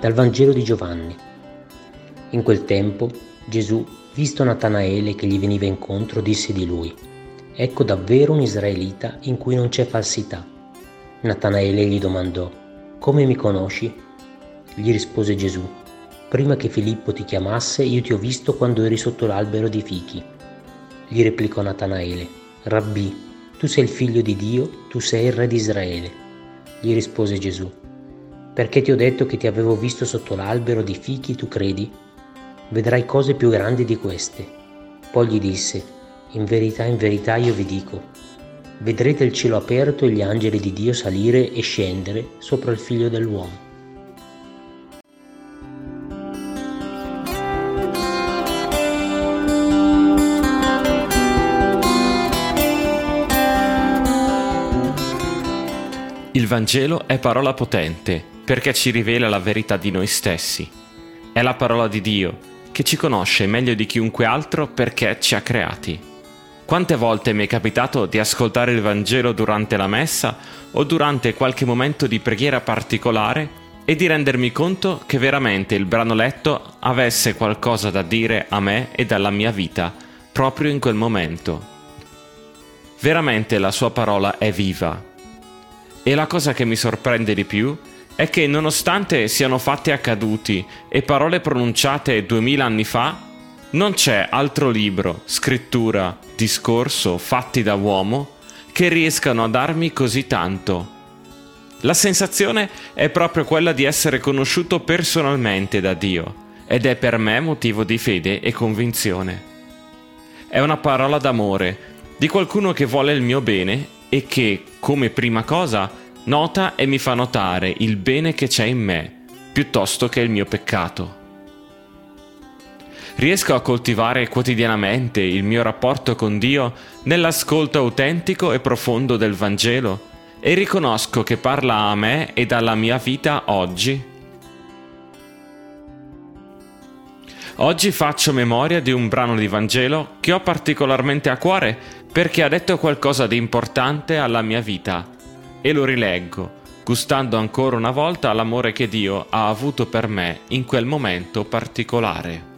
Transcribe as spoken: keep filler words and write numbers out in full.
Dal Vangelo di Giovanni. In quel tempo Gesù, visto Natanaele che gli veniva incontro, disse di lui: «Ecco davvero un israelita in cui non c'è falsità». Natanaele gli domandò: «Come mi conosci?» Gli rispose Gesù: «Prima che Filippo ti chiamasse, io ti ho visto quando eri sotto l'albero di fichi». Gli replicò Natanaele: «Rabbì, tu sei il figlio di Dio, tu sei il re di Israele». Gli rispose Gesù: «Perché ti ho detto che ti avevo visto sotto l'albero di fichi, tu credi? Vedrai cose più grandi di queste». Poi gli disse: «In verità, in verità io vi dico, vedrete il cielo aperto e gli angeli di Dio salire e scendere sopra il figlio dell'uomo». Il Vangelo è parola potente perché ci rivela la verità di noi stessi. È la parola di Dio che ci conosce meglio di chiunque altro perché ci ha creati. Quante volte mi è capitato di ascoltare il Vangelo durante la messa o durante qualche momento di preghiera particolare e di rendermi conto che veramente il brano letto avesse qualcosa da dire a me e alla mia vita proprio in quel momento. Veramente la sua parola è viva. E la cosa che mi sorprende di più è che nonostante siano fatti accaduti e parole pronunciate duemila anni fa, non c'è altro libro, scrittura, discorso fatti da uomo che riescano a darmi così tanto. La sensazione è proprio quella di essere conosciuto personalmente da Dio ed è per me motivo di fede e convinzione. È una parola d'amore di qualcuno che vuole il mio bene e che, come prima cosa, nota e mi fa notare il bene che c'è in me, piuttosto che il mio peccato. Riesco a coltivare quotidianamente il mio rapporto con Dio nell'ascolto autentico e profondo del Vangelo e riconosco che parla a me e alla mia vita oggi. Oggi faccio memoria di un brano di Vangelo che ho particolarmente a cuore perché ha detto qualcosa di importante alla mia vita e lo rileggo, gustando ancora una volta l'amore che Dio ha avuto per me in quel momento particolare.